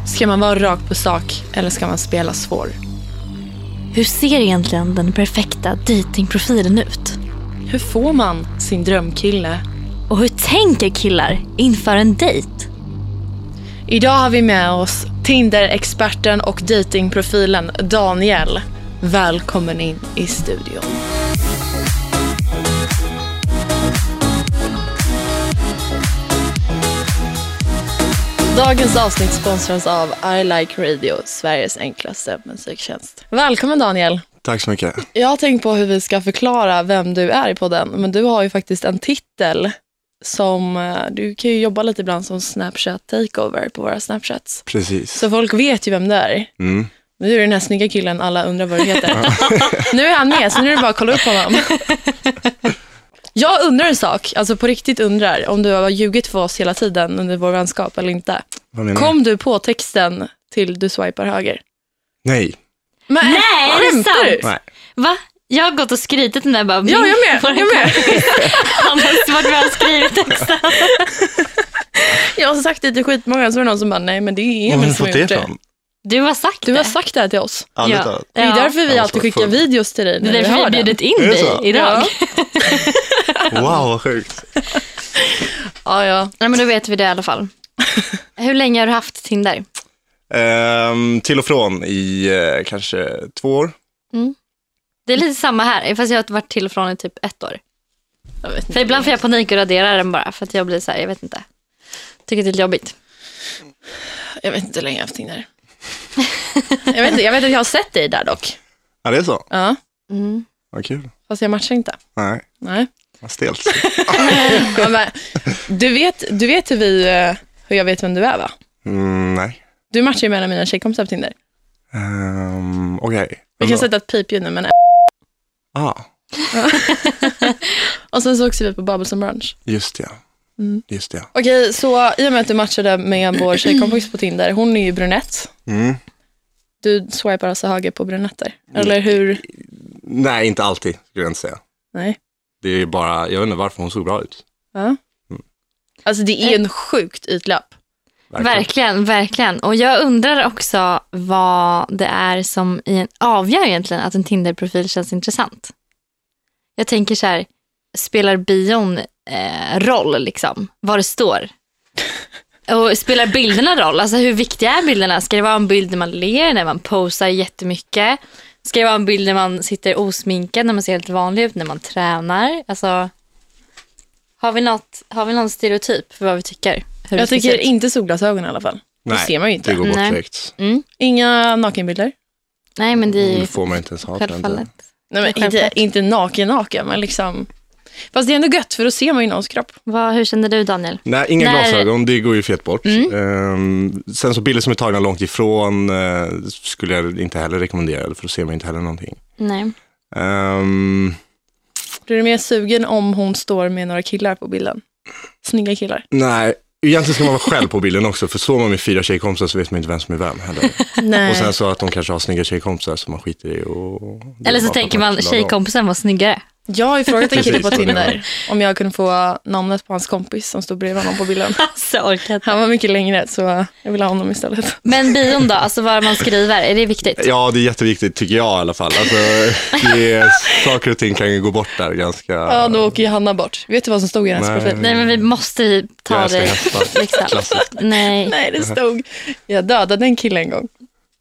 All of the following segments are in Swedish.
Ska man vara rak på sak eller ska man spela svår? Hur ser egentligen den perfekta datingprofilen ut? Hur får man sin drömkille? Och hur tänker killar inför en dejt? Idag har vi med oss Tinder-experten och datingprofilen Daniel. Välkommen in i studion. Dagens avsnitt sponsras av I Like Radio, Sveriges enklaste musiktjänst. Välkommen Daniel. Tack så mycket. Jag har tänkt på hur vi ska förklara vem du är på den. Men du har ju faktiskt en titel som... Du kan ju jobba lite ibland som Snapchat takeover på våra Snapchats. Precis. Så folk vet ju vem du är. Mm. Nu är det den här snygga killen alla undrar vad du heter. Nu är han med, så nu är det bara att kolla upp honom. Jag undrar en sak, alltså på riktigt undrar om du har ljugit för oss hela tiden under vår vänskap eller inte. Kom du på texten till du swipar höger? Nej. Men, Nej, är det sant? Nej. Va? Jag har gått och skrytit den där bara. Ja, jag med. Han har varit med och skrivit texten. Jag har sagt det till skitmånga, så är det någon som bara, nej men det är Var har Emil du som fått har gjort det det. från? Du har sagt Du det. har sagt det här till oss. Aldrig Ja. talat. Det är därför vi Jag alltid var skickar full. videos till dig. Det är när därför vi har bjudit in Är det dig så? idag. Ja. Wow, vad sjukt. Ja. Nej, men då vet vi det i alla fall. Hur länge har du haft Tinder? Till och från i kanske 2 år. Det är lite samma här, fast jag har varit till och från i typ 1 år. Jag vet inte. För ibland får jag panik och radera den bara, för att jag blir så här, jag vet inte. Tycker det är lite jobbigt. Jag vet inte hur länge jag har haft Tinder. Jag vet att jag har sett dig där dock. Ja, det är så. Ja, Vad kul. fast jag matchar inte. Nej. Vad stelt. Ja, men, du vet hur jag vet vem du är, va? Nej. Du matchar ju med en av mina tjejkompisar på Tinder. Okej. Vi kan sätta ett pipljud nu, men... Och sen så också vi på Bubbles and Brunch. Just det. Just det. Okej, så i och med att du matchade med vår tjejkompis på Tinder, hon är ju brunett. Du swipar alltså höger på brunetter, eller hur? Nej, inte alltid, skulle jag inte säga. Nej. Det är bara, jag vet inte varför hon såg bra ut. Ja. Alltså det är en sjukt ytlapp. Verkligen. Och jag undrar också vad det är som avgör egentligen att en Tinder-profil känns intressant. Jag tänker så här, spelar bion roll liksom? Vad det står? Och spelar bilderna roll? Alltså hur viktiga är bilderna? Ska det vara en bild när man ler, när man posar jättemycket? Ska det vara en bild när man sitter osminkad, när man ser helt vanlig ut, när man tränar? Alltså, har vi någon stereotyp för vad vi tycker? Jag tycker inte solglasögon i alla fall. Nej, det ser man ju inte. det går bort Nej. direkt. Inga nakenbilder. Nej, men det är Det får man inte ens ha. självfallet. Nej, men Självklart. inte naken, men liksom... Fast det är ändå gött, för då ser man ju någons kropp. Hur kände du, Daniel? Nej, inga glasögon, det går ju fet bort. Sen så bilder som är tagna långt ifrån skulle jag inte heller rekommendera, för då ser man inte heller någonting. Nej. Blir du mer sugen om hon står med några killar på bilden? Snygga killar. Nej, egentligen ska man vara själv på bilden också, för står man med 4 tjejkompisar så vet man inte vem som är vem heller. Nej. Och sen så att de kanske har snygga tjejkompisar som man skiter i. Eller så tänker man, tjejkompisen var snyggare. Jag har ju frågat en kille på Precis, Tinder om jag kunde få namnet på hans kompis som stod bredvid honom på bilden. Alltså, orkat. Han var mycket längre, så jag vill ha honom istället. Men bion då, alltså vad man skriver, är det viktigt? Ja, det är jätteviktigt tycker jag i alla fall. Alltså, saker och ting kan ju gå bort där ganska... Ja, då åker ju Hanna bort. Vet du vad som stod i hennes profil? Nej, men vi måste ta det. Liksom. Nej, det stod, jag dödade en kille en gång.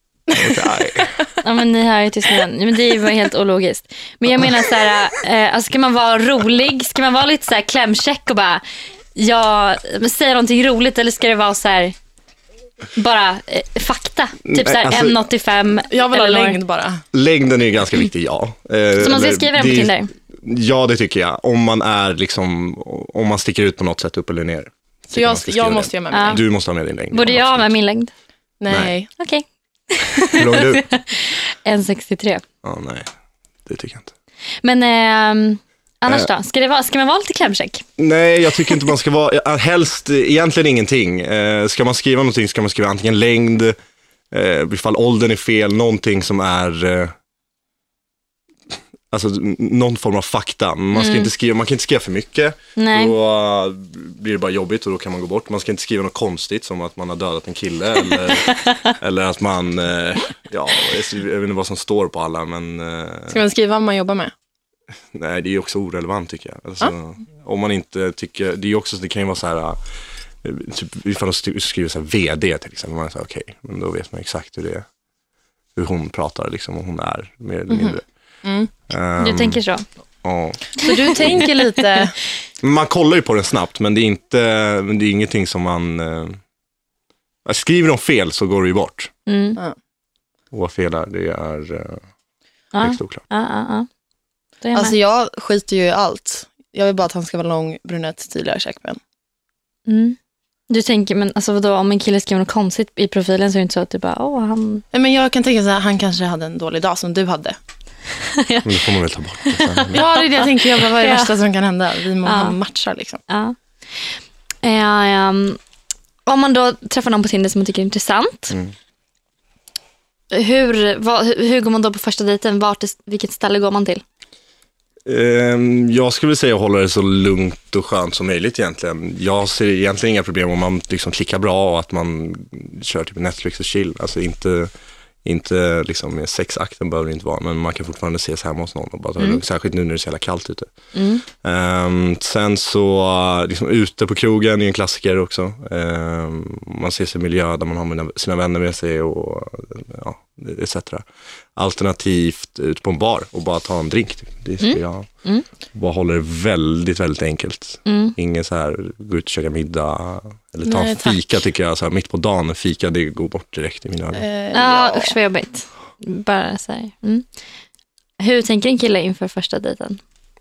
Ja, men ni hör ju till snön. Men det är ju helt ologiskt. Men jag menar så här, alltså, ska man vara rolig? Ska man vara lite så här klämkäck och bara säga någonting roligt, eller ska det vara så här bara fakta? Typ så här alltså, 1,85. Jag vill ha längd bara. Längden är ju ganska viktig, ja. Så man ska skriva den på Tinder? Ja, det tycker jag. Om man är liksom, om man sticker ut på något sätt upp eller ner. Så jag måste ju ha med mig. Du måste ha med din längd. Borde jag ha med min längd? Nej. Okej. Hur lång är du? 1,63. Ja, nej, det tycker jag inte. Men annars då? Ska man vara lite klämkäck? Nej, jag tycker inte man ska vara, helst egentligen ingenting. Ska man skriva någonting ska man skriva antingen längd, ifall åldern är fel, någonting som är Alltså någon form av fakta. Man ska inte skriva, man kan inte skriva för mycket. Nej. Då blir det bara jobbigt och då kan man gå bort. Man ska inte skriva något konstigt som att man har dödat en kille eller att man, jag vet inte vad som står på alla, men... Ska man skriva vad man jobbar med? Nej, det är också orelevant tycker jag. Alltså, om man inte tycker, det är också, det kan ju vara så här, typ ifall de skriver så här VD till exempel, man säger okej, men då vet man exakt hur hon pratar liksom, och hon är mer eller mindre. Du tänker så? Ja. Så du tänker lite... Man kollar ju på den snabbt, men det är ingenting som man... skriver de fel så går det ju bort. Och vad fel är, det är högst oklart. Alltså jag skiter ju i allt. Jag vill bara att han ska vara lång, brunett, tydligare checkman. Du tänker, men alltså vadå, om en kille skriver något konstigt i profilen så är det inte så att du bara, han... Nej, men jag kan tänka så här, han kanske hade en dålig dag som du hade. Men det får man väl ta bort. Ja, det är det jag tänker. Jag bara, vad är det värsta som kan hända? Vi matchar liksom. Om man då träffar någon på Tinder som man tycker är intressant, hur går man då på första dejten? Vilket ställe går man till? Jag skulle säga att hålla det så lugnt och skönt som möjligt egentligen. Jag ser egentligen inga problem om man liksom klickar bra och att man kör typ Netflix och chill. Alltså inte liksom sexakten behöver det inte vara, men man kan fortfarande ses hemma hos någon och bara ta det lugnt, särskilt nu när det är så jävla kallt ute. Sen så liksom ute på krogen är en klassiker också. Man ser sig i miljö där man har sina vänner med sig och etc. Alternativt ut på en bar och bara ta en drink. Det skulle jag bara håller det väldigt, väldigt enkelt. Ingen så här gå ut och käka middag eller ta en fika tycker jag. Så här, mitt på dagen, fika, det går bort direkt i mina ögon. Usch vad jobbigt. Bara så här. Hur tänker en kille inför första dejten?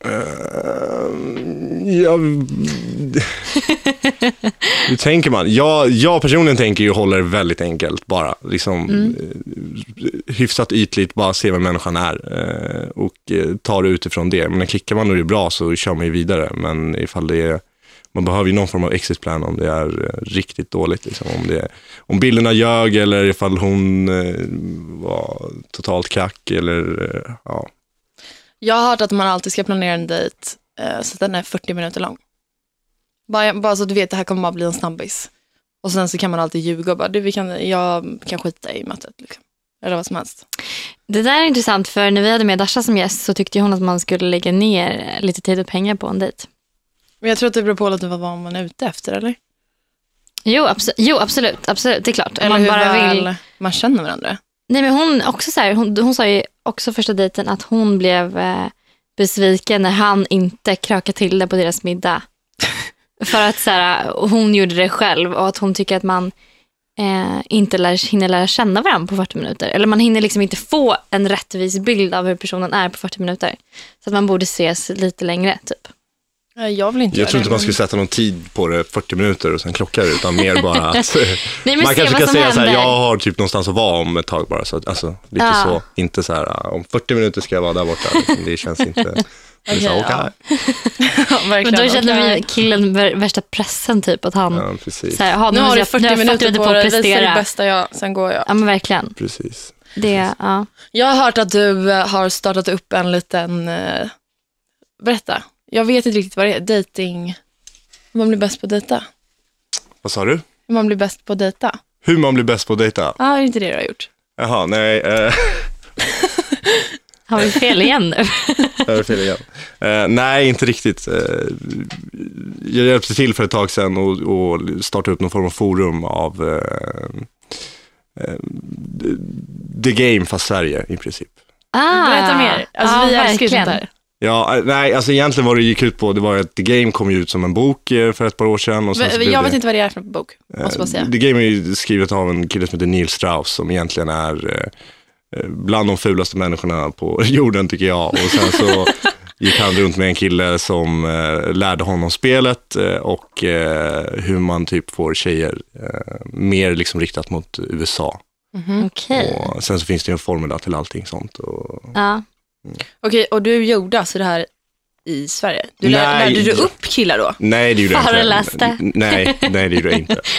Hur tänker man? Jag personligen tänker ju hålla det väldigt enkelt bara. Liksom, hyfsat ytligt, bara se vad människan är och ta det utifrån det. Men när klickar man och det är bra så kör man ju vidare. Men ifall det är, man behöver ju någon form av exit plan om det är riktigt dåligt. Liksom. Om bilderna ljög eller ifall hon var totalt kack eller ja. Jag har hört att man alltid ska planera en dejt så att den är 40 minuter lång. Bara så att du vet att det här kommer bara bli en snabbis. Och sen så kan man alltid ljuga och bara, jag kan skita i mötet. Liksom. Eller vad som helst. Det där är intressant, för när vi hade med Dasha som gäst så tyckte hon att man skulle lägga ner lite tid och pengar på en dejt. Men jag tror att det beror på lite vad man är ute efter, eller? Jo, absolut, det är klart. Eller hur väl man känner varandra. Nej, men hon också så här, hon sa ju också första dejten att hon blev besviken när han inte krökade till det på deras middag. För att så här, hon gjorde det själv och att hon tycker att man inte hinner lära känna varandra på 40 minuter. Eller man hinner liksom inte få en rättvis bild av hur personen är på 40 minuter. Så att man borde ses lite längre, typ. Jag tror inte man skulle sätta någon tid på det 40 minuter och sen klocka det, utan mer bara att nej, man kanske kan säga så här, händer. jag har typ någonstans att vara om ett tag bara, så att, alltså, lite så, inte så här om 40 minuter ska jag vara där borta, det känns inte okay. Men då känner vi killen värsta pressen typ, att han precis. Så här, nu har du 40 minuter på att prestera det bästa sen går jag. Ja, men verkligen. Precis. Ja. Jag har hört att du har startat upp en liten berätta. Jag vet inte riktigt vad det är. Dating. Hur man blir bäst på att dejta. Vad sa du? Hur man blir bäst på att dejta. Hur man blir bäst på att dejta? Ja, det är inte det du har gjort. Jaha, nej. Har vi fel igen nu? Har vi fel igen? Nej, inte riktigt. Jag hjälpte till för ett tag sedan och startade upp någon form av forum av The Game fast Sverige i princip. Berätta mer. Alltså, vi älskar ju sånt här. Ja, nej, alltså egentligen vad det gick ut på, det var att The Game kom ut som en bok för ett par år sedan. Och sen jag vet inte vad det är för bok, måste bara säga. The Game är ju skrivet av en kille som heter Neil Strauss, som egentligen är bland de fulaste människorna på jorden tycker jag. Och sen så gick han runt med en kille som lärde honom spelet och hur man typ får tjejer mer liksom riktat mot USA. Okay. Och sen så finns det ju en formel till allting sånt. Och, ja. Okej, och du gjorde alltså det här i Sverige? Lärde du upp killar då? Nej, det gjorde jag inte. Föreläste? Nej, det gjorde jag inte.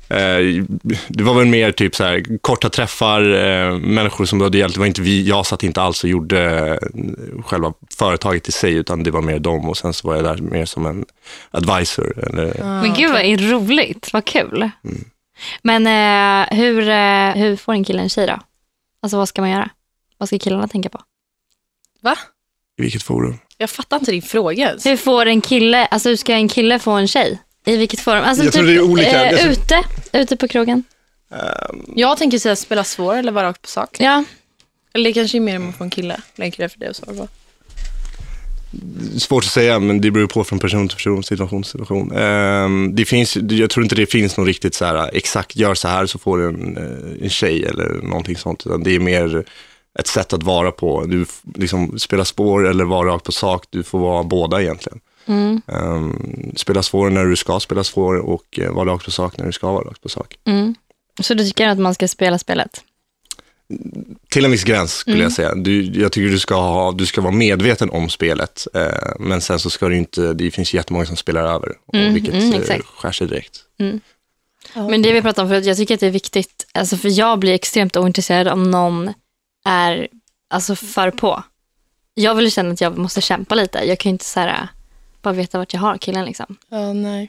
Det var väl mer typ så här korta träffar, människor som behövde hjälp. Det var inte jag satt inte alls och gjorde själva företaget i sig, utan det var mer dem, och sen så var jag där mer som en advisor. Men gud vad roligt, vad kul. Men hur får en kille en tjej då? Alltså vad ska man göra? Vad ska killarna tänka på? Va? I vilket forum? Jag fattar inte din fråga. Hur får en kille, alltså hur ska en kille få en tjej? I vilket forum? Alltså jag tror det är olika. Ute på krogen. Jag tänker säga spela svår eller vara rakt på sak. Ja. Eller det kanske är mer om man får en kille. Länkar det för det och svara på. Svårt att säga, men det beror på från person till person, situation till situation. Jag tror inte det finns något riktigt så här exakt, gör så här så får du en tjej eller någonting sånt. Det är mer ett sätt att vara på. Du liksom spela spår eller vara rakt på sak. Du får vara båda egentligen. Spela svår när du ska spela svår och vara rakt på sak när du ska vara rakt på sak. Så du tycker att man ska spela spelet? Till en viss gräns skulle jag säga. Jag tycker du ska vara medveten om spelet. Men sen så ska du inte, det finns jättemånga som spelar över. Vilket skär sig direkt. Men det vi pratar om förut, jag tycker att det är viktigt. Alltså för jag blir extremt ointresserad om någon är alltså för på. Jag vill känna att jag måste kämpa lite. Jag kan ju inte så här, bara veta vart jag har killen liksom. Ja, nej.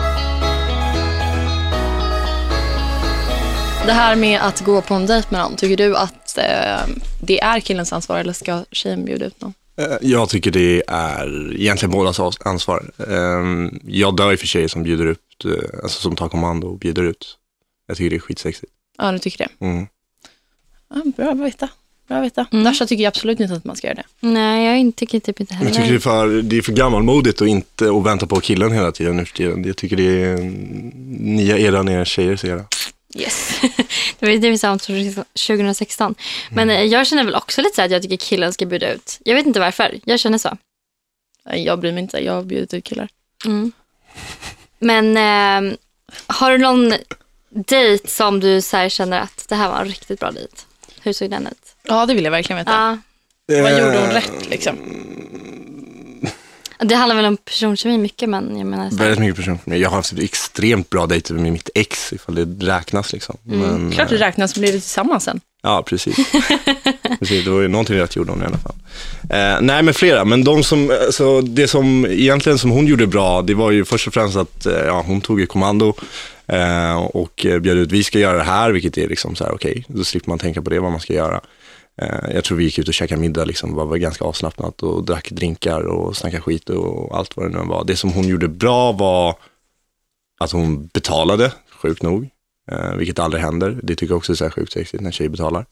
Det här med att gå på en dejt med någon, tycker du att det är killens ansvar eller ska tjejen bjuda ut någon? Jag tycker det är egentligen bådas ansvar. Jag dör för tjejer som bjuder ut, alltså som tar kommando och bjuder ut. Jag tycker det är skitsexigt. Ja, du tycker det? Ja, bra att veta. Dasha tycker jag absolut inte att man ska göra det. Nej, jag tycker typ inte heller. Jag tycker det är för gammalmodigt och inte att vänta på killen hela tiden nu för tiden. Jag tycker det är nya eran er tjejers era. Yes. Det var det vi sa om 2016. Men jag känner väl också lite så att jag tycker killen ska bjuda ut. Jag vet inte varför, jag känner så. Jag bryr mig inte, jag har bjudit ut killar. Men har du någon dejt som du så här känner att det här var en riktigt bra dejt? Hur såg den ut? Ja, det vill jag verkligen veta. Vad gjorde hon rätt liksom? Det handlar väl om personkemi mycket, men jag menar... Väldigt mycket personkemi. Jag har haft extremt bra dejter med mitt ex, ifall det räknas liksom. Men, klart det räknas, blir det tillsammans sen. Ja, precis. Det var ju någonting rätt gjorde hon i alla fall. Nej, men flera. Men det som egentligen som hon gjorde bra, det var ju först och främst att hon tog ett kommando och bjöd ut, vi ska göra det här, vilket är liksom så här, okej, då slipper man tänka på det, vad man ska göra. Jag tror vi gick ut och käkade middag liksom, var ganska avslappnat och drack drinkar och snackade skit och allt vad det nu var. Det som hon gjorde bra var att hon betalade, sjukt nog, vilket aldrig händer. Det tycker jag också är så här sjukt sexigt när tjejer betalar.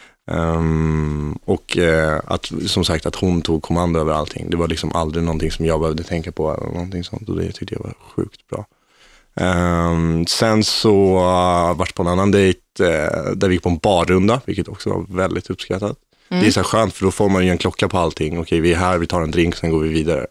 Och att, som sagt, att hon tog kommando över allting. Det var liksom aldrig någonting som jag behövde tänka på eller någonting sånt, och det tyckte jag var sjukt bra. Sen så vart på en annan dejt där vi gick på en barrunda, vilket också var väldigt uppskattat. Det är så skönt, för då får man ju en klocka på allting. Okej, vi är här, vi tar en drink, sen går vi vidare.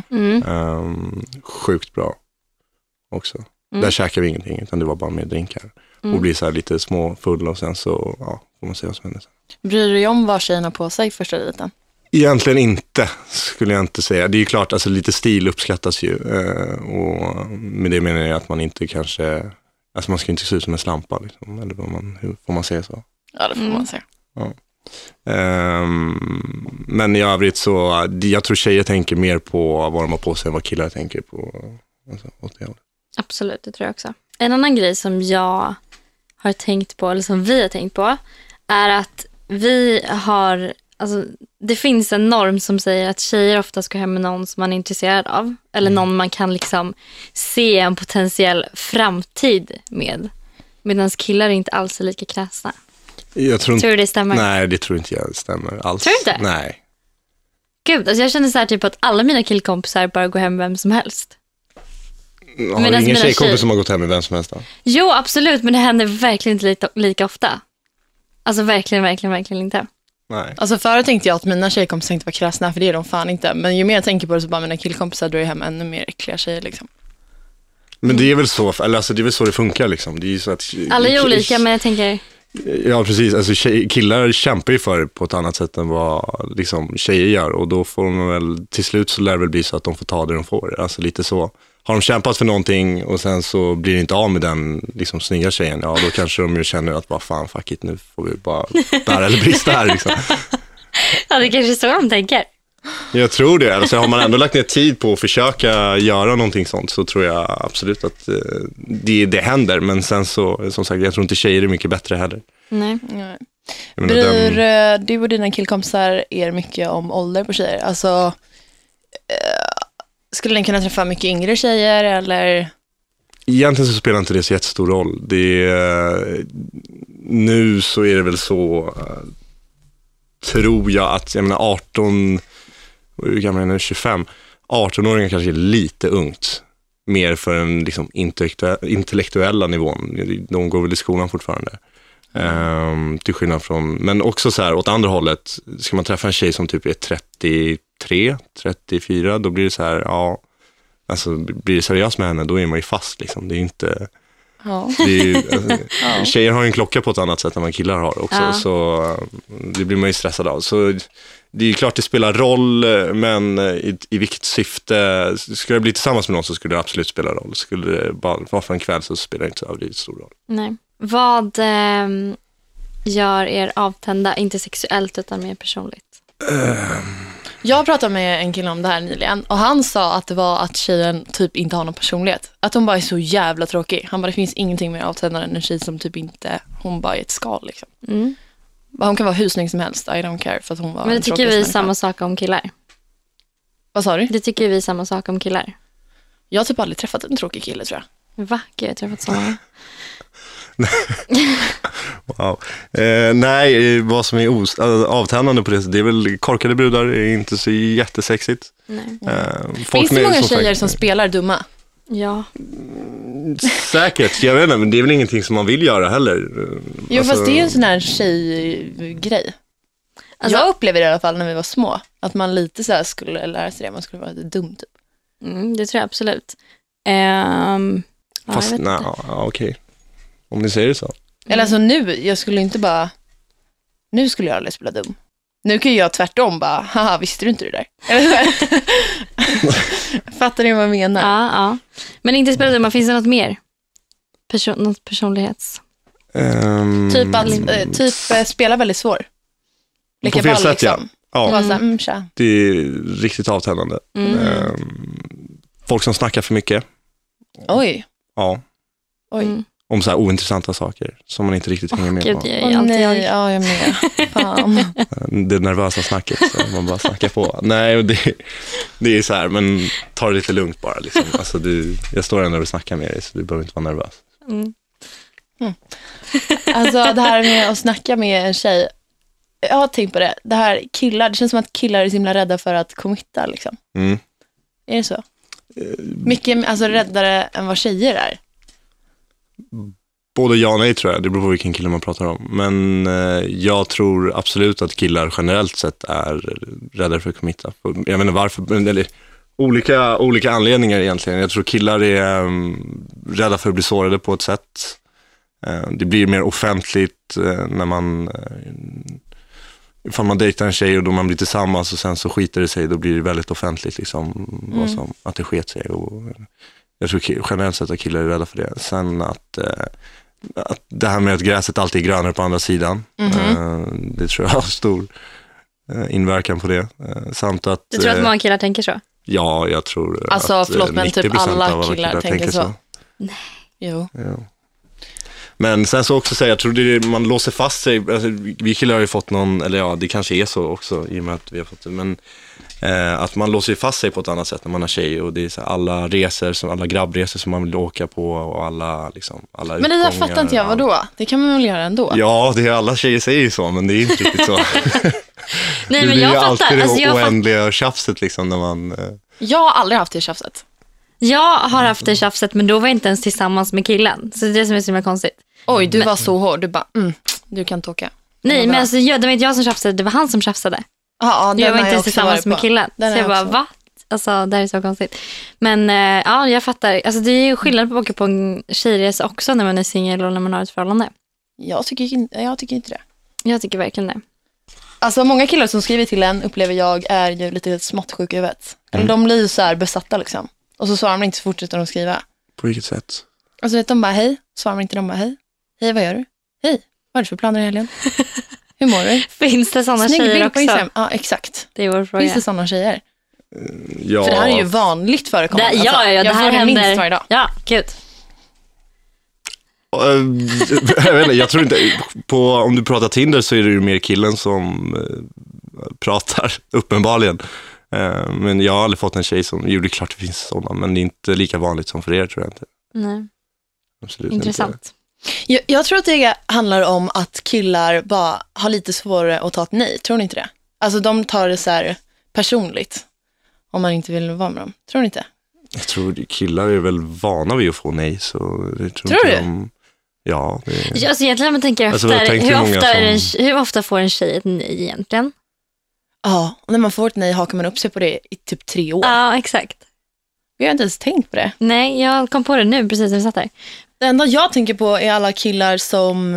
Sjukt bra också. Där käkar vi ingenting, utan det var bara med drinkar. Och blir så här lite småfull, och sen så får man se vad som händer sen. Bryr du dig om vad tjejerna på sig första dejten? Egentligen inte, skulle jag inte säga. Det är ju klart, alltså lite stil uppskattas ju. Och med det menar jag att man inte kanske... Alltså man ska inte se ut som en slampa liksom. Eller hur får man säga så? Ja, det får man säga. Ja. Men i övrigt så... Jag tror tjejer tänker mer på vad de har på sig än vad killar tänker på. Alltså, åt det hållet. Absolut, det tror jag också. En annan grej som jag har tänkt på, eller som vi har tänkt på, är att vi har... Alltså, det finns en norm som säger att tjejer ofta ska hem med någon som man är intresserad av. Eller någon man kan liksom se en potentiell framtid med. Medan killar inte alls är lika kräsna. Tror du det stämmer? Nej, det tror inte jag stämmer alls. Tror du inte? Nej. Gud, alltså jag känner så här typ att alla mina killkompisar bara går hem med vem som helst. Har du ingen tjejkompis som har gått hem med vem som helst då? Jo, absolut, men det händer verkligen inte lika ofta. Alltså verkligen inte. Nej. Alltså förut tänkte jag att mina tjejkompisar inte var kräsna, för det är de fan inte. Men ju mer jag tänker på det så bara mina killkompisar drar hem ännu mer äckliga tjejer liksom. Men det är väl så, eller alltså det är väl så det funkar liksom. Det är ju så att alla är olika, men jag tänker... Ja, precis. Alltså killar kämpar ju för på ett annat sätt än vad liksom tjejer gör. Och då får man väl, till slut så lär det väl bli så att de får ta det de får. Alltså lite så har de kämpat för någonting och sen så blir det inte av med den liksom snygga tjejen, ja då kanske de ju känner att bara fan, fuck it, nu får vi bara bära eller brista här liksom. Ja, det kanske är så de tänker. Jag tror det. Alltså, har man ändå lagt ner tid på att försöka göra någonting sånt, så tror jag absolut att det händer. Men sen så, som sagt, jag tror inte tjejer är mycket bättre heller. Nej. Bryr du och dina killkompisar er mycket om ålder på tjejer? Alltså, skulle ni kunna träffa mycket yngre tjejer eller? Egentligen så spelar inte det så jättestor roll. Nu så är det väl så, tror jag att, jag menar 18, hur gammal är jag nu, 25, 18-åringar kanske är lite ungt. Mer för den liksom intellektuella nivån. De går väl i skolan fortfarande. Till skillnad från, men också så här åt andra hållet, ska man träffa en tjej som typ är 33, 34, då blir det så här, ja, alltså blir det seriöst med henne, då är man ju fast liksom. Det är inte, det är, alltså, tjejer har ju en klocka på ett annat sätt än vad killar har också, så det blir man ju stressad av. Så det är ju klart det spelar roll, men i vilket syfte, skulle jag bli tillsammans med någon så skulle det absolut spela roll. Skulle det bara vara för en kväll så spelar det inte så stor roll. Nej. Vad gör er avtända, inte sexuellt utan mer personligt? Jag pratade med en kille om det här nyligen och han sa att det var att tjejen typ inte har någon personlighet. Att hon bara är så jävla tråkig. Han bara, det finns ingenting mer avtändande än en tjej som typ inte, hon bara är ett skal liksom. Hon kan vara hur snygg som helst, I don't care, för att hon var. Men det tycker vi samma sak om killar. Vad sa du? Det tycker vi samma sak om killar. Jag har typ aldrig träffat en tråkig kille, tror jag. Va? Gud, jag har träffat så många. Wow. Nej, vad som är avtändande på det är väl korkade brudar, är inte så jättesexigt. Finns det många tjejer som spelar dumma? Ja. Säkert, jag vet inte, men det är väl ingenting som man vill göra heller. Jo, fast det är en sån här tjejgrej. Alltså, jag upplever det i alla fall när vi var små, att man lite så här skulle lära sig det, man skulle vara lite dum typ. Det tror jag absolut. Fast nej, okej. Om ni säger det så. Eller alltså nu, jag skulle inte bara, nu skulle jag aldrig spela dum. Nu kan jag tvärtom bara, haha, visste du inte det där? Fattar ni vad jag menar? Ja. Men inte spela dum, finns det något mer? Något personlighets? Typ spela väldigt svår. På fel sätt, liksom. Ja. Det är riktigt avtändande. Folk som snackar för mycket. Oj. Ja. Oj. Om så här ointressanta saker som man inte riktigt hänger med på. Nej, jag är med. Fan. Det nervösa snacket så man bara snackar på. Nej, det är så här, men ta det lite lugnt bara liksom. Alltså jag står ändå och snackar med dig, så du behöver inte vara nervös. Alltså det här med att snacka med en tjej, jag har tänkt på det. Det här killar, det känns som att killar är så himla rädda för att committa liksom. Är det så? Mycket alltså räddare än vad tjejer är. Både ja och nej, tror jag. Det beror på vilken kille man pratar om. Men jag tror absolut att killar generellt sett är räddare för att committa. Jag vet inte varför, eller olika anledningar egentligen. Jag tror killar är rädda för att bli sårade på ett sätt. Det blir mer offentligt när man, ifall man dejtar en tjej och då man blir tillsammans och sen så skiter det sig, då blir det väldigt offentligt liksom, vad som, att det sket sig. Och jag tror generellt sett att killar är rädda för det. Sen att det här med att gräset alltid är grönare på andra sidan, det tror jag har stor inverkan på det. Samt att, du tror att många killar tänker så? Ja, jag tror alltså, att förlåt, men typ alla killar tänker så. Nej. Jo. Ja. Men sen så också säga, jag tror man låser fast sig, alltså, vi killar har ju fått någon, eller ja, det kanske är så också i och med att vi har fått det, men att man låser fast sig på ett annat sätt när man har tjej, och det är så här, alla grabbresor som man vill åka på och alla utgångar. Men det där fattar inte jag, vadå? Det kan man väl göra ändå? Ja, det är alla tjejer säger ju så, men det är inte riktigt så. Nej, men det jag är ju fattar. alltid alltså, det oändliga tjafset liksom när man... Jag har aldrig haft det tjafset. Jag har haft det tjafset, men då var jag inte ens tillsammans med killen. Så det är det som är så himla konstigt. Oj, du var så hård. Du bara, du kan inte åka. Nej, men alltså, det var inte jag som tjafsade, det var han som tjafsade. Jag var inte ens tillsammans med killen. Så jag bara, va? Alltså, det här är så konstigt. Men ja, jag fattar. Alltså, det är ju skillnad på att åka på en tjejresa också när man är singel och när man har ett förhållande. Jag tycker inte det. Jag tycker verkligen det. Alltså, många killar som skriver till en, upplever jag, är ju lite smått sjuka i huvudet. Eller de blir så här besatta liksom. Och så svarar man inte, så fortsätter de skriva. På vilket sätt? Och så vet de bara hej, svarar man inte, de bara hej. Hej, vad gör du? Hej, vad är det för planer i helgen? Hur mår du? Finns det sådana Snygg tjejer bild också? på Instagram. Ja, exakt. Det är vår fråga. Finns det sådana tjejer? Ja. För det här är ju vanligt förekommande. Ja, det jag här får det händer. minst varje dag. Ja, gud. Jag vet inte, jag tror inte om du pratar Tinder så är det ju mer killen som pratar, uppenbarligen. Men jag har aldrig fått en tjej som gjorde klart det finns sådana, men det är inte lika vanligt som för er, tror jag inte. Nej. Absolut Intressant. inte. Jag tror att det handlar om att killar bara har lite svårare att ta ett nej. Tror ni inte det? Alltså de tar det så här personligt om man inte vill vara med dem. Tror ni inte? Jag tror killar är väl vana vid att få nej, så det tror du? inte de... Ja, det... Alltså egentligen om man tänker Alltså, efter, tänk hur många hur ofta får en tjej ett nej egentligen? Ja, och när man får ett nej hakar man upp sig på det i typ 3 år. Ja, exakt. Jag har inte ens tänkt på det. Nej, jag kom på det nu precis när vi satt här. Det enda jag tänker på är alla killar som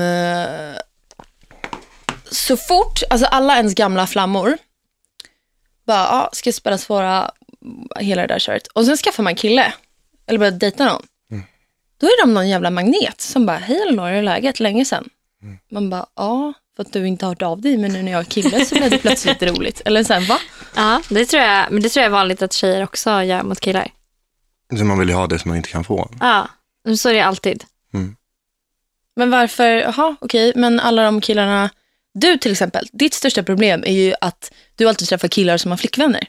så fort, alltså alla ens gamla flammor bara, ska spela svåra hela det där köret. Och sen skaffar man kille eller börjar dejta någon. Då är de någon jävla magnet som bara, hej Elinor, är läget länge sedan? Man bara, ja, för att du inte har hört av dig, men nu när jag är kille så blir det plötsligt roligt. Eller så här, va? Ja, det tror jag är vanligt att tjejer också gör mot killar. Så man vill ju ha det som man inte kan få. Ja, så är det alltid. Men varför, jaha, okej, men alla de killarna, du till exempel, ditt största problem är ju att du alltid träffar killar som har flickvänner.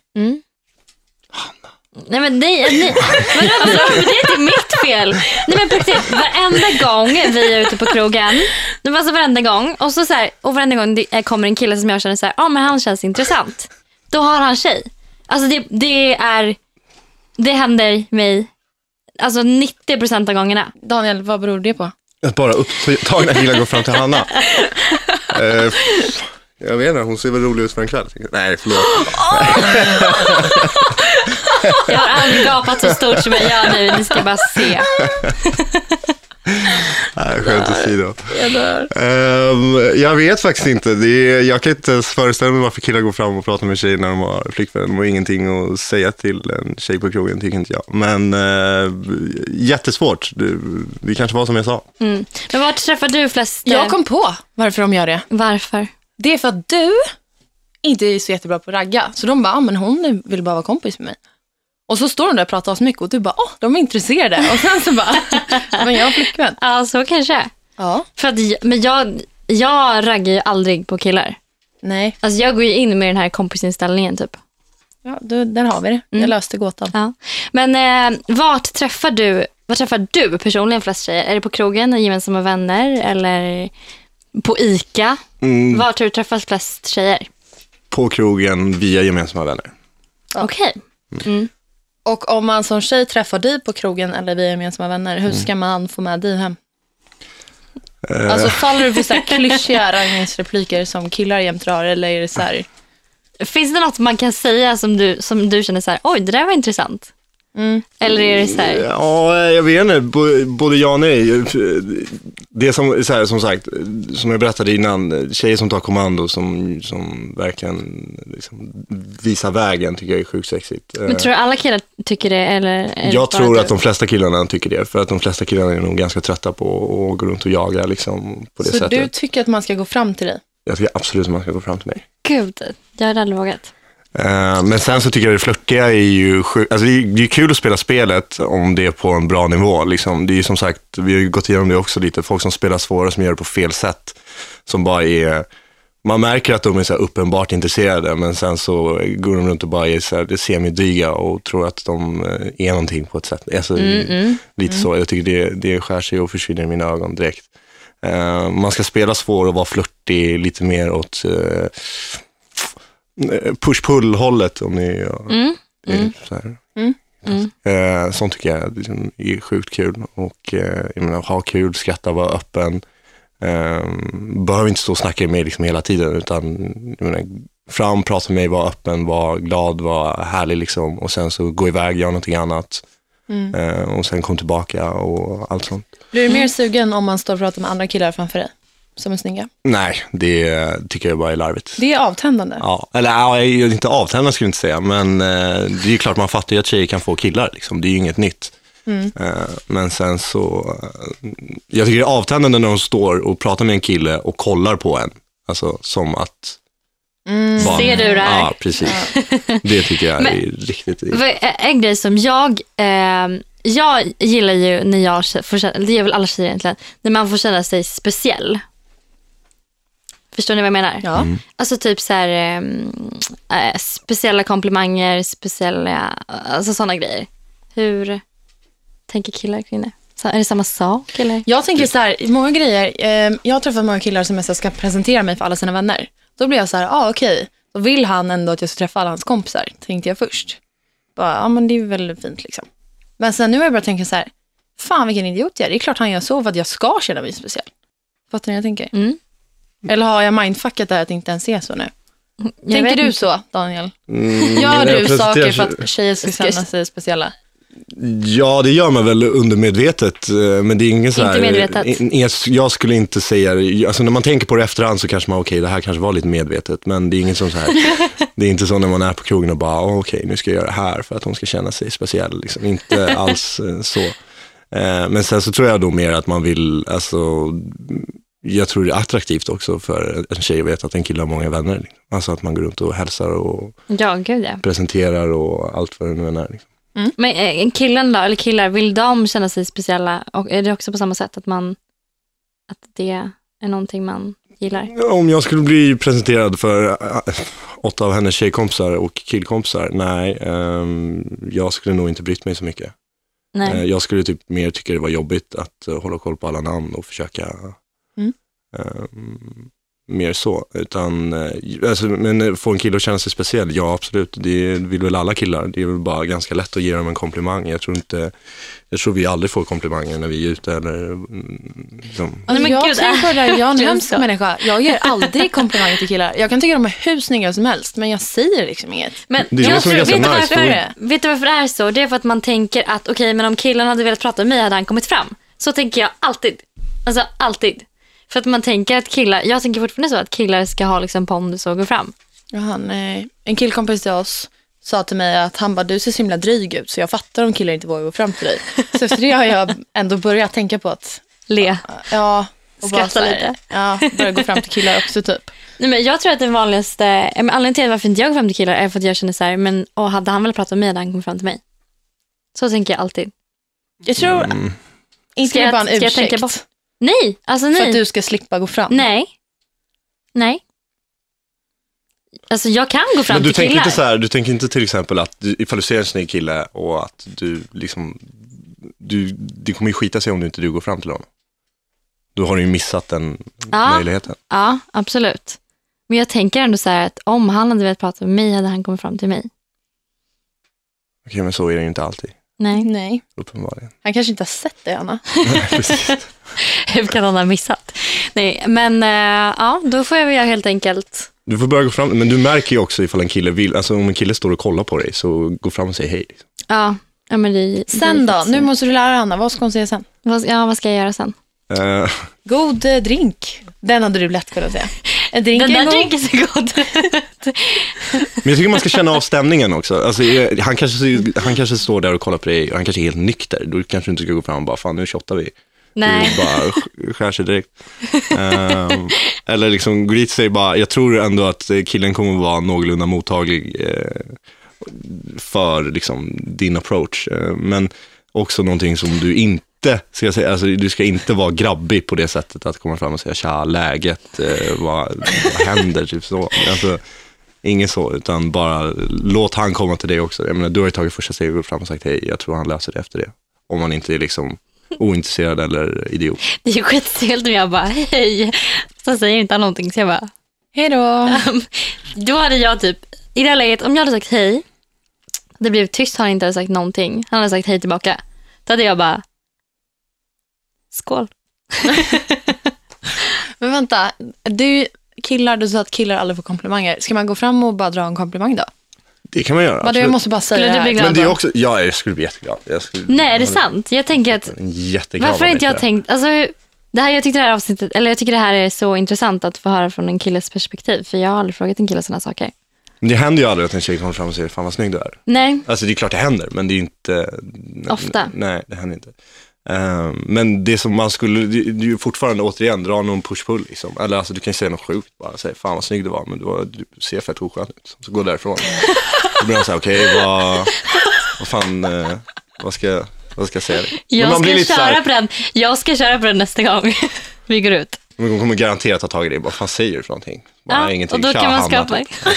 Nej men nej, vadå, det är inte mitt fel. Nej men på riktigt, varenda gång vi är ute på krogen, det var så varenda gång, och så här, och varenda gång det kommer en kille som jag känner så här, men han känns intressant. Då har han tjej. Alltså det händer mig alltså 90% av gångerna. Daniel, vad beror det på? Att bara upptagna killar går fram till Hanna. Jag vet inte, hon ser väl rolig ut för en kväll. Nej, förlåt. Jag har aldrig gapat så stort som jag gör nu. Ni ska bara se. Nej, skönt att se då. Jag vet faktiskt inte. Jag kan inte ens föreställa mig varför killar går fram och pratar med tjejer när de har flickvän. De har ingenting att säga till en tjej på krogen, tycker inte jag. Men jättesvårt. Det kanske var som jag sa. Men vart träffar du flest? Jag kom på varför de gör det. Varför? Det är för att du inte är så jättebra på att ragga. Så de bara, men hon vill bara vara kompis med mig. Och så står de där och pratar så mycket och du bara, de är intresserade. Och sen så bara, men jag har flickvän. Ja, så kanske. Ja. För att, men jag raggar ju aldrig på killar. Nej. Alltså jag går ju in med den här kompisinställningen typ. Ja, där har vi det. Jag löste gåtan. Ja. Men vart träffar du personligen flest tjejer? Är det på krogen, gemensamma vänner eller på ICA? Vart har du träffat flest tjejer? På krogen via gemensamma vänner. Ja. Okej. Och om man som tjej träffar dig på krogen eller via gemensamma vänner, hur ska man få med dig hem? Alltså faller du för så här klyschiga raggningsrepliker som killar jämt drar, eller är det så här... Finns det något man kan säga som du känner så här, oj, det där var intressant? Eller är det så här? Ja, jag vet inte. Både ja och nej. Det är som sagt, som jag berättade innan, tjejer som tar kommando som verkligen liksom visar vägen, tycker jag är sjukt sexigt. Men tror du alla killar tycker det? Eller jag tror att de flesta killarna tycker det, för att de flesta killarna är nog ganska trötta på att gå runt och jaga liksom, på det så sättet. Du tycker att man ska gå fram till dig? Jag tycker absolut att man ska gå fram till mig. Gud, jag hade aldrig vågat. Men sen så tycker jag det flörtiga är ju alltså det är kul att spela spelet om det är på en bra nivå liksom. Det är ju som sagt, vi har ju gått igenom det också lite, folk som spelar svåra som gör det på fel sätt, som bara är, man märker att de är så här uppenbart intresserade, men sen så går de runt och bara är så här, det semidryga och tror att de är någonting på ett sätt, alltså, lite så, jag tycker det skär sig och försvinner i mina ögon direkt. Man ska spela svår och vara flörtig lite mer åt push-pull-hållet, om ni så här. Sånt tycker jag liksom är sjukt kul, och jag menar, ha kul, skratta, vara öppen, behöver inte stå och snacka med mig liksom hela tiden, utan jag menar, fram, prata med mig, vara öppen, vara glad, vara härlig liksom, och sen så gå iväg, göra någonting annat, och sen kom tillbaka och allt sånt. Blir du mer sugen om man står och pratar med andra killar framför dig? som är snygga? Nej, det tycker jag bara är larvigt. Det är avtändande. Ja, eller inte avtändande skulle jag inte säga, men det är ju klart man fattar ju att tjejer kan få killar liksom. Det är ju inget nytt. Men sen så jag tycker det är avtändande när de står och pratar med en kille och kollar på en, alltså som att ser du det här? Ja, precis. Det tycker jag är riktigt. En grej som jag gillar ju när jag får känna, det är väl alla tjejer egentligen, när man får känna sig speciell. Förstår ni vad jag menar? Ja. Alltså typ så här speciella komplimanger, speciella, alltså sådana grejer. Hur tänker killar och kvinnor? Så, är det samma sak eller? Jag tänker så här, många grejer, jag har träffat många killar som ska presentera mig för alla sina vänner. Då blir jag så här, okej. Då vill han ändå att jag ska träffa alla hans kompisar, tänkte jag först. Bara, men det är väl fint liksom. Men sen nu har jag börjat tänka så här, fan vilken idiot jag är. Det är klart han gör så för att jag ska känna mig speciell. Fattar ni vad jag tänker? Eller har jag mindfuckat det här att det inte ens är så nu? Tänker du så, Daniel? Gör du saker för att tjejer ska känna sig speciella? Ja, det gör man väl undermedvetet, men det är ingen så här... Inte medvetet. Jag skulle inte säga... Alltså när man tänker på det efterhand så kanske man, okej, det här kanske var lite medvetet, men det är ingen som så här... Det är inte så när man är på krogen och bara, okej, nu ska jag göra det här för att hon ska känna sig speciell. Liksom. Inte alls så. Men sen så tror jag då mer att man vill, alltså... Jag tror det är attraktivt också för en tjej att veta att en kille har många vänner. Alltså att man går runt och hälsar och presenterar och allt vad det nu är. Liksom. Men killen då, eller killar, vill de känna sig speciella? Och är det också på samma sätt att det är någonting man gillar? Om jag skulle bli presenterad för 8 av hennes tjejkompisar och killkompisar, nej, jag skulle nog inte brytt mig så mycket. Nej. Jag skulle typ mer tycka det var jobbigt att hålla koll på alla namn och försöka mer så, utan alltså, men få en kille att känna sig speciell, ja absolut, det vill väl alla killar, det är väl bara ganska lätt att ge dem en komplimang. Jag tror vi aldrig får komplimanger när vi är ute eller liksom. Alltså, jag tänker på det, jag är en hemsk människa. Jag ger aldrig komplimanger till killar. Jag kan tycka de är hur snygga som helst, men jag säger liksom inget. Men det jag tror, vet du varför det är så? Det är för att man tänker att okej, men om killarna hade velat prata med mig hade han kommit fram. Så tänker jag alltid. Alltså alltid. För att man tänker att killar, jag tänker fortfarande så att killar ska ha liksom pondus och gå fram. Jaha, nej. En killkompis till oss sa till mig att han bara, du ser så himla dryg ut så jag fattar om killar inte vågar gå fram till dig. Så efter det har jag ändå börjat tänka på att le. Ja, och skratta lite. Ja, börja gå fram till killar också typ. Nej, men jag tror att den vanligaste anledningen till varför inte jag går fram till killar är för att jag känner så här, men hade han väl pratat med mig hade han kommit fram till mig. Så tänker jag alltid. Jag tror inte det är bara en ursäkt. Tänka bort? Nej, alltså nej. För att du ska slippa gå fram. Nej. Alltså jag kan gå fram men till killar. Inte så här, du tänker inte till exempel att ifall du ser en snygg kille och att du liksom det kommer ju skita sig om du går fram till honom. Då har du ju missat den möjligheten. Ja, absolut. Men jag tänker ändå så här att om han hade velat prata med mig hade han kommit fram till mig. Okej, men så är det ju inte alltid. Nej. Uppenbarligen. Han kanske inte har sett det, Anna. Precis. Hur kan han ha missat? Nej, men då får jag helt enkelt... Du får börja gå fram, men du märker ju också ifall en kille vill, alltså om en kille står och kollar på dig så gå fram och säg hej. Liksom. Ja, men det sen då? Nu måste du lära Anna, vad ska hon säga sen? Vad ska jag göra sen? God drink. Den hade du lätt kunnat säga. Den där drinken är så god. Men jag tycker man ska känna av stämningen också. Alltså, han kanske står där och kollar på dig och han kanske är helt nykter. Då kanske du inte ska gå fram och bara, fan nu shottar vi. Nej. Du bara skär sig direkt. Eller liksom gå dit och säga bara, jag tror ändå att killen kommer att vara någorlunda mottaglig för liksom din approach. Men också någonting som du inte ska jag säga, alltså, du ska inte vara grabbig på det sättet att komma fram och säga tja, läget, vad händer, typ så. Alltså, inget så, utan bara låt han komma till dig också. Jag menar, du har ju tagit första steget och gått fram och sagt hej, jag tror han löser det efter det. Om man inte är liksom ointresserad eller idiot. Det är ju skitstelt om jag bara hej, så säger inte han någonting så jag bara hej då. Då hade jag typ, i det här läget, om jag hade sagt hej, det blev tyst, han inte hade sagt någonting, han hade sagt hej tillbaka, då hade jag bara skål. Men vänta, du sa att killar aldrig får komplimanger. Ska man gå fram och bara dra en komplimang då? Det kan man göra. Jag måste bara säga det. Men det är också, jag skulle bli jätteglad. Nej, är det sant? Jag tänker att jätteglad. varför inte jag tänkt, alltså Jag tycker det här är så intressant att få höra från en killes perspektiv. För jag har aldrig frågat en kille sådana saker. Men det händer ju aldrig att en tjej kommer fram och säger fan vad snygg du är. Nej. Alltså det är klart det händer, men det är ju inte... Ofta. Nej, det händer inte. Men det som man skulle, det är ju fortfarande återigen dra någon push-pull liksom. Eller alltså du kan ju säga något sjukt bara, säga fan vad snygg du var, men du ser fett oskön ut. Så gå därifrån. Då blir man såhär, okej, vad fan, vad ska jag säga? Jag ska köra på den nästa gång vi går ut. Men de kommer garanterat ta tag i det, vad fan säger du för någonting? Bara ingenting. Och då kan man skapa.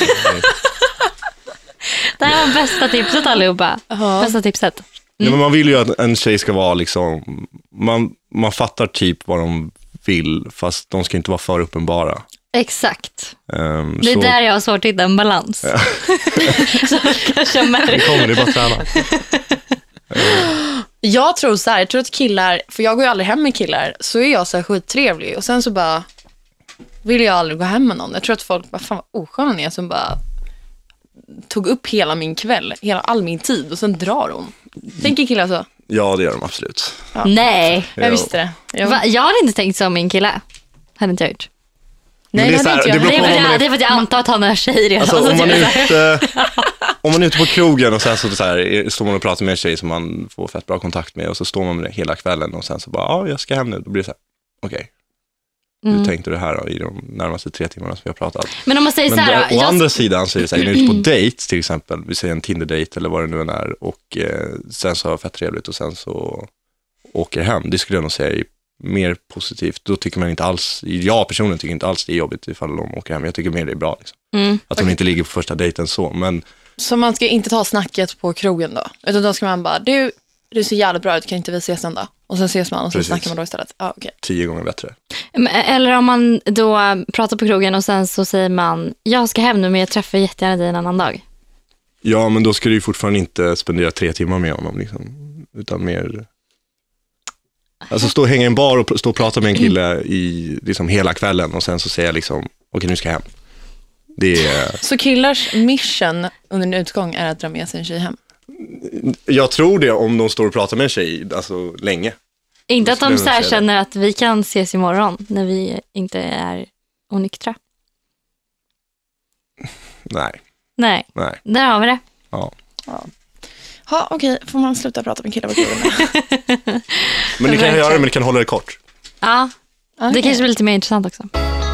Det här var bästa tipset allihopa. Bästa tipset. Ja, men man vill ju att en tjej ska vara liksom, man fattar typ vad de vill, fast de ska inte vara för uppenbara. Exakt. Det är där jag har svårt att hitta en balans. Ja. Så kanske jag märker. Det kommer, det är bara att träna. Jag tror så här, jag tror att killar, för jag går ju aldrig hem med killar, så är jag så här skittrevlig och sen så bara vill jag aldrig gå hem med någon. Jag tror att folk bara, fan vad oskön hon är, som bara tog upp hela min kväll, all min tid och sen drar hon. Tänker killar så? Ja, det gör de absolut. Ja. Nej. Jag visste det. Jag hade inte tänkt så om min kille. Hade inte jag gjort. Nej, det är för att jag antar att han är tjej redan. Alltså, om man är ute på krogen och sen så här, står man och pratar med en tjej som man får fett bra kontakt med och så står man med det hela kvällen och sen så bara, jag ska hem nu. Då blir det så här, okej. Hur tänkte du här då, i de närmaste 3 timmarna som vi har pratat? Men om man säger så här... Å andra sidan så är det så här, när du är ute på dejt till exempel, vi säger en Tinder-dejt eller vad det nu än är, och sen så har fett trevligt och sen så åker hem. Det skulle jag nog säga är mer positivt. Då tycker man inte alls, jag personligen tycker inte allt det är jobbigt ifall de åker hem. Jag tycker mer det är bra liksom. Att de inte ligger på första dejten så, men... Så man ska inte ta snacket på krogen då? Utan då ska man bara, du ser jävligt bra ut, kan inte vi ses en dag? Och sen ses man och så snackar man då istället. Okay. 10 gånger bättre. Eller om man då pratar på krogen och sen så säger man, jag ska hem nu men jag träffar jättegärna dig en annan dag. Ja, men då ska du ju fortfarande inte spendera 3 timmar med honom liksom, utan mer... Alltså stå och hänga i en bar och stå och prata med en kille i liksom hela kvällen och sen så säger jag liksom, okej, nu ska jag hem. Det är... Så killars mission under en utgång är att dra med sig en tjej hem? Jag tror det, om de står och pratar med en tjej alltså länge. Inte att de så här känner att vi kan ses imorgon när vi inte är onyktra. Nej. Där har vi det. Ja. Okej, får man sluta prata med killar på krogen? Men det kan jag göra, men det kan hålla det kort. Ja, det kanske blir lite mer intressant också.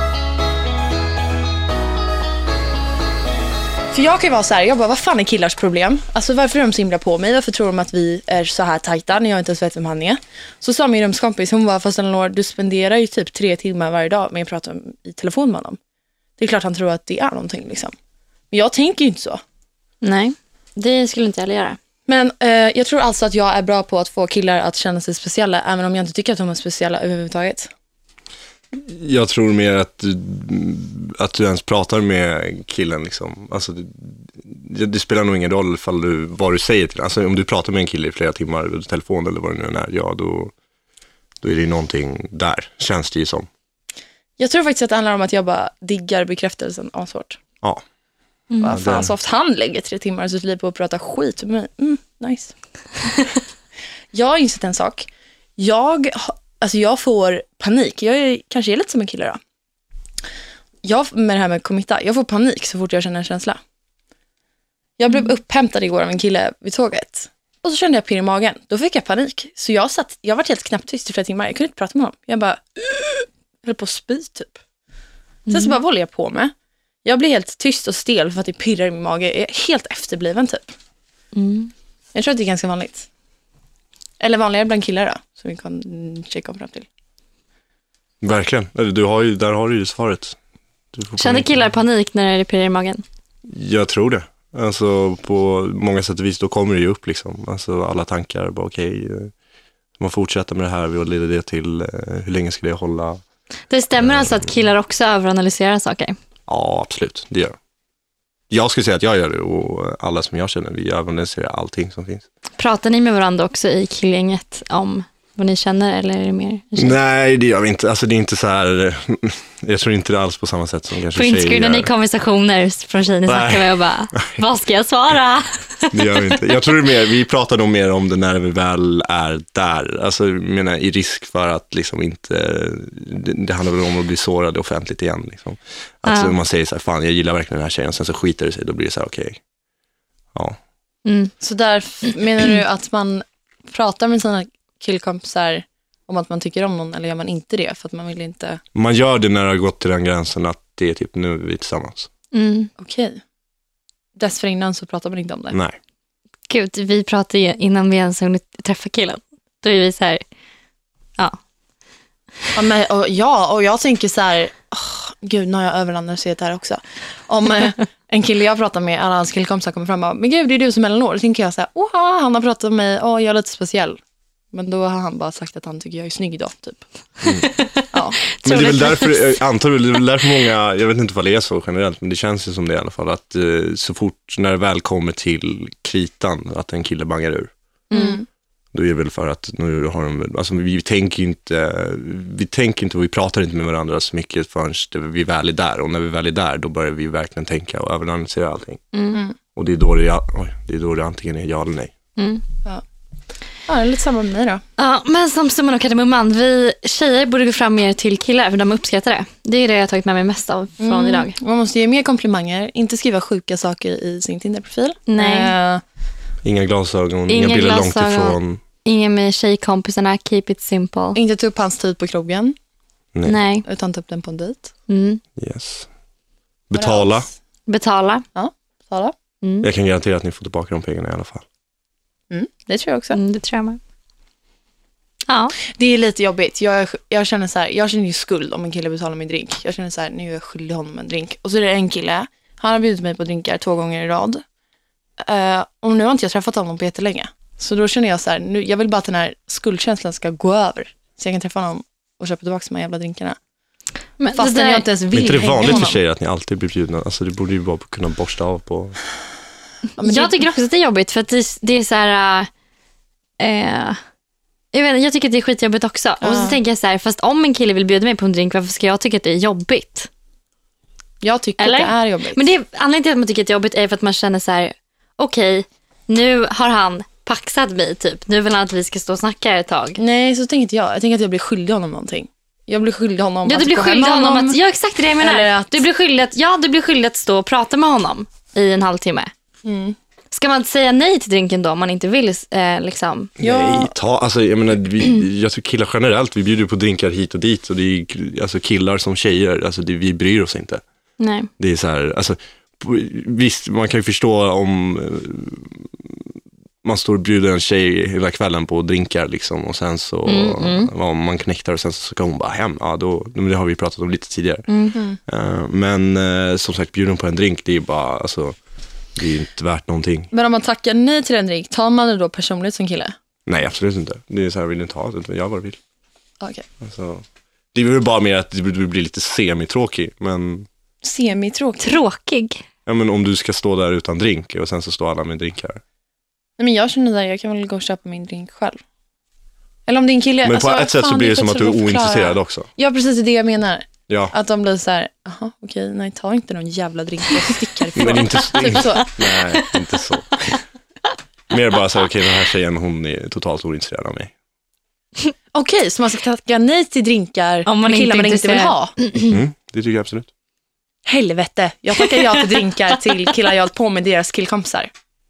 För jag kan ju vara så här, jag bara, vad fan är killars problem? Alltså varför är de så himla på mig? Varför tror de att vi är så här tajta när jag inte ens vet vem han är? Så sa min rumskompis, hon bara, fast Eleanor, du spenderar ju typ 3 timmar varje dag med att prata i telefon med honom. Det är klart han tror att det är någonting liksom. Men jag tänker ju inte så. Nej, det skulle inte jag göra. Men jag tror alltså att jag är bra på att få killar att känna sig speciella, även om jag inte tycker att de är speciella överhuvudtaget. Jag tror mer att du ens pratar med killen liksom. Alltså, det spelar nog ingen roll vad du säger till. Alltså, om du pratar med en kille i flera timmar över telefon eller vad det nu är, ja, då är det någonting där, känns det ju som. Jag tror faktiskt att det handlar om att jag bara diggar bekräftelsen asvårt. Ja. Vad fan, så ofta han lägger 3 timmar så liv på att prata skit med mig. Nice. Jag har insett en sak. Jag får panik. Kanske är lite som en kille då. Med det här med committa, jag får panik så fort jag känner en känsla. Jag blev upphämtad igår av en kille vid tåget. Och så kände jag pirr i magen. Då fick jag panik. Så jag var helt knäpptyst i flera timmar. Jag kunde inte prata med honom. Jag bara höll på att spy typ. Sen så bara håller jag på med. Jag blir helt tyst och stel för att det pirrar i min mage. Jag är helt efterbliven typ. Jag tror att det är ganska vanligt. Eller vanligare bland killar då, som vi kan checka fram till. Verkligen. Där har du ju svaret. Känner killar panik när det pirrar i magen? Jag tror det. Alltså på många sätt och vis då kommer det ju upp liksom. Alltså alla tankar, bara okej, man fortsätter med det här, vi leder det till hur länge ska det hålla? Det stämmer alltså att killar också överanalyserar saker? Ja, absolut. Det gör. Jag skulle säga att jag gör det och alla som jag känner, vi överanalyserar allting som finns. Pratar ni med varandra också i killgänget om vad ni känner, eller är det mer? Nej, det gör vi inte. Alltså det är inte så här, jag tror inte det är alls på samma sätt som kanske Printscreenar ni konversationer från tjejer ni snackar med och bara, vad ska jag svara? Det gör vi inte. Jag tror det är mer, vi pratar nog mer om det när vi väl är där. Alltså jag menar, i risk för att liksom inte, det handlar väl om att bli sårad offentligt igen. Liksom. Att man säger så här, fan jag gillar verkligen den här tjejen, sen så skiter det sig, då blir det så här, okej. Ja. Så där menar du att man pratar med sina killkompisar om att man tycker om någon, eller gör man inte det för att man vill inte... Man gör det när det har gått till den gränsen att det är typ nu är vi tillsammans. Okej. Dessförinnan så pratar man inte om det. Nej. Gud, vi pratade ju innan vi ens hunnit träffa killen. Då är vi så här, och jag tänker så här, gud, nu har jag överanalyserat det här också. Om en kille jag pratar med, alla hans killkompisar kommer fram och men gud, det är du som Elinor. Då tänker jag så här, han har pratat med mig, jag är lite speciell. Men då har han bara sagt att han tycker jag är snygg idag, typ. Ja. Men det är väl därför, jag antar det är väl därför många, jag vet inte vad det är så generellt, men det känns ju som det i alla fall, att så fort när det väl kommer till kritan, att en kille bangar ur. Då är det väl för att nu har de, alltså vi tänker inte och vi pratar inte med varandra så mycket förrän vi väl är där. Och när vi väl är där, då börjar vi verkligen tänka och överanalysera allting. Och det är då det antingen är ja eller nej. Ja, det är lite samma med mig då. Ja, men som summan och kardemumman, vi tjejer borde gå fram mer till killar för de uppskattar det. Det är det jag har tagit med mig mest av från idag. Man måste ge mer komplimanger, inte skriva sjuka saker i sin Tinder-profil. Nej. Inga glasögon, inga bilder långt ifrån. Ingen med tjejkompisarna, keep it simple. Inte ta upp hans tid på krogen. Nej. Utan ta upp den på en dejt. Yes. Betala. Ja, betala. Jag kan garantera att ni får tillbaka de pengarna i alla fall. Det tror jag också. Det tror jag med. Ja. Det är lite jobbigt. Jag känner så här, jag känner ju skuld om en kille betalar min drink. Jag känner så här, nu är jag skyldig honom en drink. Och så är det en kille, han har bjudit mig på drinkar 2 gånger i rad. Och nu har inte jag träffat honom på jättelänge. Så då känner jag så här, jag vill bara att den här skuldkänslan ska gå över. Så jag kan träffa honom och köpa tillbaka de här jävla drinkarna. Men fast jag inte ens vill. Men inte det vanligt honom. för tjejer att ni alltid blir bjudna? Alltså det borde ju bara kunna borsta av på... Jag tycker också att det är jobbigt för att det är så här... jag tycker att det är skitjobbigt också. Och så tänker jag så här, fast om en kille vill bjuda mig på en drink, varför ska jag tycka att det är jobbigt? Jag tycker att det är jobbigt. Men anledningen till att man tycker att det är jobbigt är för att man känner så här, okej, nu har han paxat mig typ. Nu vill han att vi ska stå och snacka ett tag. Nej, så tänker inte jag. Jag tänker att jag blir skyldig honom någonting. Jag blir skyldig honom du blir skyldig honom att... Ja, exakt det jag menar. Att, du blir skyldig att stå och prata med honom i en halvtimme. Ska man säga nej till drinken då om man inte vill liksom? Nej, jag menar, jag tror killar generellt, vi bjuder på drinkar hit och dit. Och det är alltså killar som tjejer, alltså vi bryr oss inte. Nej. Det är så här, alltså visst, man kan ju förstå om man står och bjuder en tjej hela kvällen på drinkar liksom, och sen så man knäktar och sen så ska hon bara hem. Ja, det har vi pratat om lite tidigare. Men som sagt, bjuden på en drink, det är bara, alltså, det är inte värt någonting. Men om man tackar nej till en drink, tar man det då personligt som kille? Nej, absolut inte. Det är så här, vill inte ha det, jag bara vill. Okej. Alltså, det är väl bara mer att det blir lite semitråkig, men... Semitråkig? Tråkig? Ja, men om du ska stå där utan drink och sen så står alla med drinkar. Nej, men jag känner där, jag kan väl gå och köpa min drink själv. Eller om din kille... Men på ett sätt så blir det som att du är ointresserad också. Ja, precis, det är det jag menar. Ja. Att de blir så här, jaha, okej, nej, ta inte någon jävla drink och stick härifrån. Men inte typ så. Nej, inte så. Mer bara så här, okej, den här tjejen, hon är totalt ointresserad av mig. Okej, så man ska tacka nej till drinkar om man killar man inte vill ha? Det tycker jag absolut. Helvete, jag tackar ja till drinkar till killar jag har på med deras killkompisar.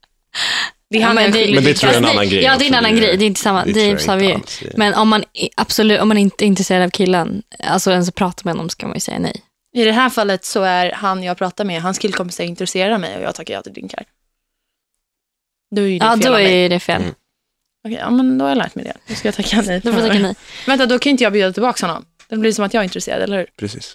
Men det tror jag är en annan grej. Ja, det är en annan grej. Det är inte samma. Det sa vi ju. Men om man inte är intresserad av killen, alltså ens pratar med honom, ska man ju säga nej. I det här fallet så är han jag pratar med, hans killkompisar är intresserade av mig och jag tackar ja till drinkar. Då är ju det fel. Ja, då är det fel. Okej, ja, men då har jag lärt mig det. Då ska jag tacka nej. Då får jag tacka nej. Vänta, då kan inte jag bjuda tillbaka honom. Det blir som att jag är intresserad, eller hur? Precis.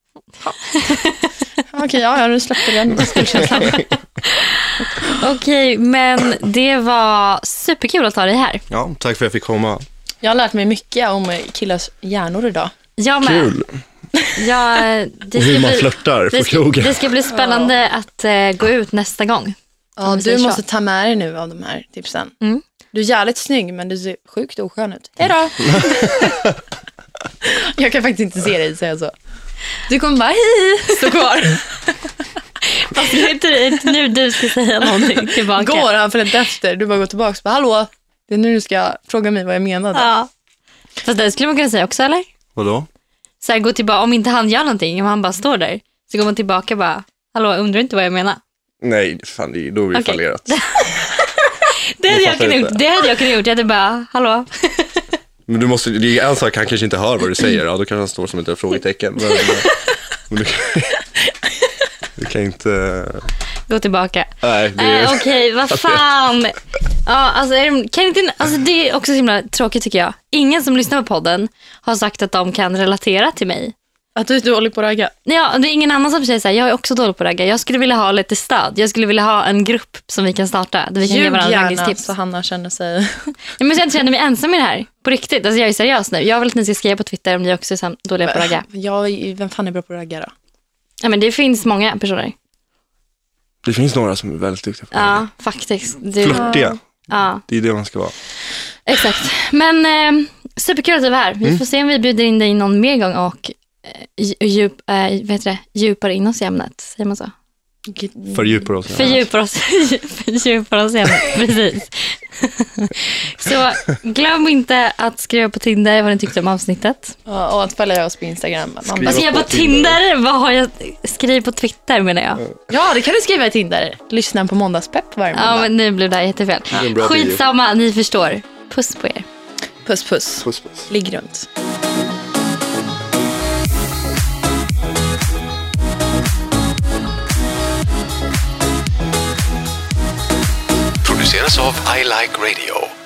Okej, ja, nu släppte den skuldkänslan. Okej, men det var superkul att ha dig här. Ja, tack för att jag fick komma. Jag har lärt mig mycket om killars hjärnor idag. Jag med. Kul. Det hur man flörtar på krogen. Det ska bli spännande att gå ut nästa gång. Ja, du måste ta med dig nu av de här tipsen. Du är jävligt snygg, men du ser sjukt oskön ut. Hejdå! Jag kan faktiskt inte se dig säga så. Du kommer bara, hej, stå kvar. Fast det är inte nu du ska säga någonting tillbaka. Går han för inte efter, du bara går tillbaka och bara, hallå, det är nu du ska fråga mig vad jag menade. Ja. Fast det skulle man kunna säga också, eller? Vadå? Så här, gå tillbaka, om inte han gör någonting, om han bara står där, så går man tillbaka och bara, hallå, undrar du inte vad jag menar? Nej, fan, då är vi fallerat. Det hade jag kunnat gjort. Jag hade bara, hallå. Men du måste, det är en sak, han kanske inte hör vad du säger. Ja, då kanske han står som ett frågetecken. Men du kan inte... Gå tillbaka. Nej, det Okej, vad fan. Ja, alltså, det är också så himla tråkigt tycker jag. Ingen som lyssnar på podden har sagt att de kan relatera till mig. Att du är dålig på att ragga? Ja, det är ingen annan som säger så här, jag är också dålig på att ragga. Jag skulle vilja ha lite stöd. Jag skulle vilja ha en grupp som vi kan starta. Där vi kan ge varandra raggningstips. Så Hanna känner sig... Jag måste inte känna mig ensam i det här. På riktigt, alltså jag är seriös nu. Jag vill att ni ska skriva på Twitter om ni också är dåliga på att ragga. Vem fan är bra på att ragga då? Ja, men det finns många personer. Det finns några som är väldigt duktiga på det. Ja, faktiskt. Flörtiga. Ja. Det är det man ska vara. Exakt. Men superkul att du var här. Vi får se om vi bjuder in dig någon mer gång och djupar in oss i ämnet. Säger man så? Fördjupar oss. Fördjupar oss i ämnet, precis. Så glöm inte att skriva på Tinder vad ni tyckte om avsnittet. Och att följa oss på Instagram. Alltså jag på Tinder, vad har jag skrivit på Twitter menar jag? Ja, det kan du skriva i Tinder. Lyssna på måndagspepp varje måndag. Ja, men nu blev det här jättefel. Skitsamma, ni förstår. Puss på er. Puss, puss. Puss, puss. Ligg runt. Produceras av I Like Radio.